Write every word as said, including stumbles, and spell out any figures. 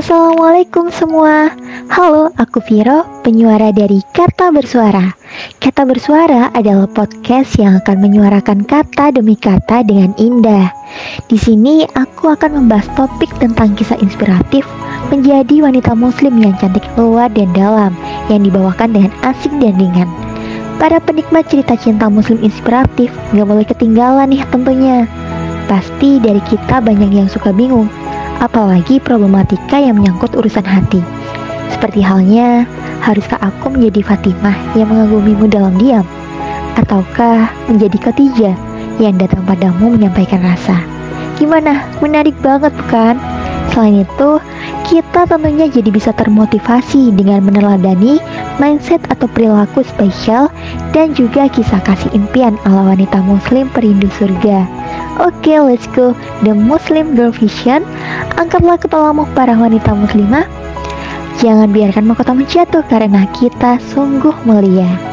Assalamualaikum semua. Halo, aku Viro, penyuara dari Kata Bersuara. Kata Bersuara adalah podcast yang akan menyuarakan kata demi kata dengan indah. Di sini aku akan membahas topik tentang kisah inspiratif menjadi wanita muslim yang cantik luar dan dalam, yang dibawakan dengan asik dan ringan. Para penikmat cerita cinta muslim inspiratif gak boleh ketinggalan nih tentunya. Pasti dari kita banyak yang suka bingung, apalagi problematika yang menyangkut urusan hati. Seperti halnya, haruskah aku menjadi Fatimah yang mengagumimu dalam diam? Ataukah menjadi Khadijah yang datang padamu menyampaikan rasa? Gimana? Menarik banget bukan? Selain itu, kita tentunya jadi bisa termotivasi dengan meneladani mindset atau perilaku spesial dan juga kisah kasih impian ala wanita muslim perindu surga. Oke, okay, let's go. The Muslim Girl Vision. Angkatlah kepalamu para wanita muslimah. Jangan biarkan mahkotamu jatuh karena kita sungguh mulia.